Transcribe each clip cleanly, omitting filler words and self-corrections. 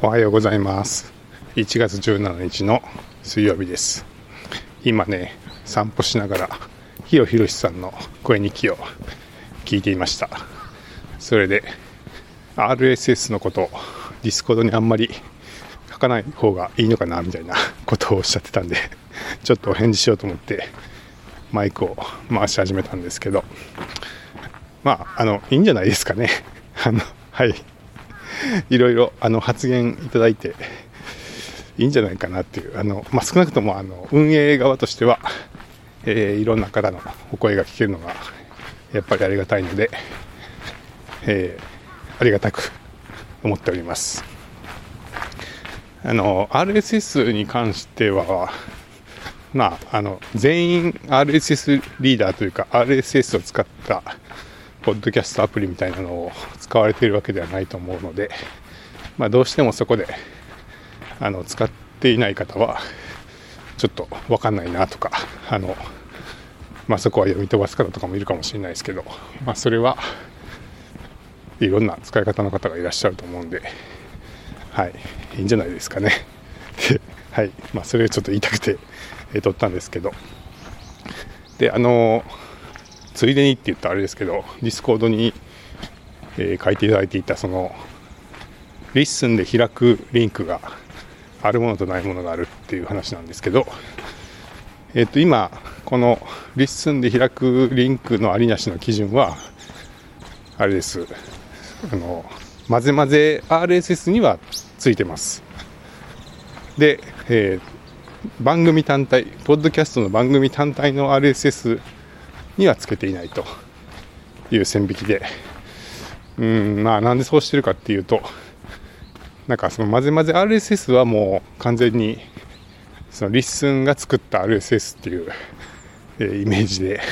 おはようございます。1月17日の水曜日です。今ね、散歩しながらヒロヒロシさんの声日記を聞いていました。それで RSS のことをディスコードにあんまり書かない方がいいのかなみたいなことをおっしゃってたんで、ちょっとお返事しようと思ってマイクを回し始めたんですけど、いいんじゃないですかね。はい、いろいろ発言いただいていいんじゃないかなっていう、少なくとも運営側としては、いろんな方のお声が聞けるのがやっぱりありがたいので、ありがたく思っております。RSS に関しては全員 RSS リーダーというか RSS を使ったポッドキャストアプリみたいなのを使われているわけではないと思うので、どうしてもそこで使っていない方はちょっと分かんないなとか、そこは読み飛ばす方とかもいるかもしれないですけど、それはいろんな使い方の方がいらっしゃると思うんで、いいんじゃないですかね。はい、それをちょっと言いたくて、撮ったんですけど、でついでにって言ったらあれですけど、ディスコードに、書いていただいていたそのリッスンで開くリンクがあるものとないものがあるっていう話なんですけど、今このリッスンで開くリンクのありなしの基準はあれです。混ぜ混ぜ RSS にはついてます。で、番組単体、ポッドキャストの番組単体の RSS にはつけていないという線引きで、なんでそうしてるかっていうと、その混ぜ混ぜ RSS はもう完全にそのリッスンが作った RSS っていう、イメージで、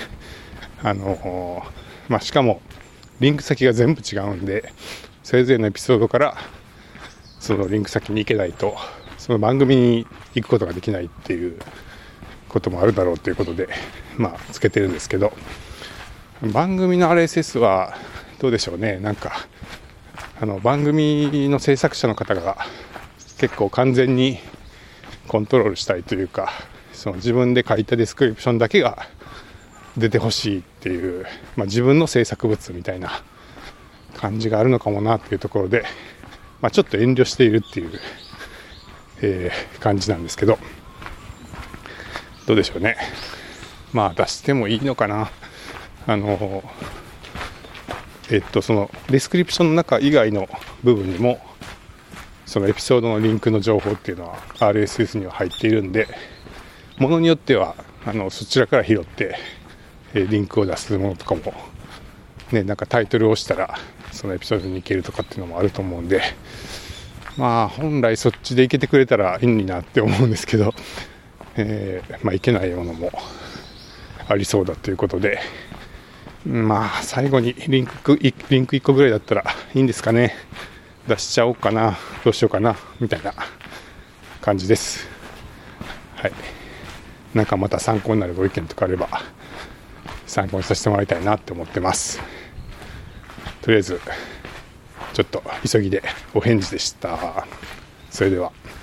しかもリンク先が全部違うんで、それぞれのエピソードからそのリンク先に行けないとその番組に行くことができないっていうこともあるだろうということでつけてるんですけど、番組の RSS はどうでしょうね。番組の制作者の方が結構完全にコントロールしたいというか、その自分で書いたディスクリプションだけが出てほしいっていう、自分の制作物みたいな感じがあるのかもなっていうところで、ちょっと遠慮しているっていう、感じなんですけど、どうでしょうね。出してもいいのかな。そのディスクリプションの中以外の部分にもそのエピソードのリンクの情報っていうのは RSS には入っているんで、ものによってはそちらから拾ってリンクを出すものとかもね、タイトルを押したらそのエピソードに行けるとかっていうのもあると思うんで、本来そっちで行けてくれたらいいのになって思うんですけど、いけないものもありそうだということで、最後にリンク1個ぐらいだったらいいんですかね。出しちゃおうかな、どうしようかなみたいな感じです。はい、また参考になるご意見とかあれば参考にさせてもらいたいなって思ってます。とりあえずちょっと急ぎでお返事でした。それでは。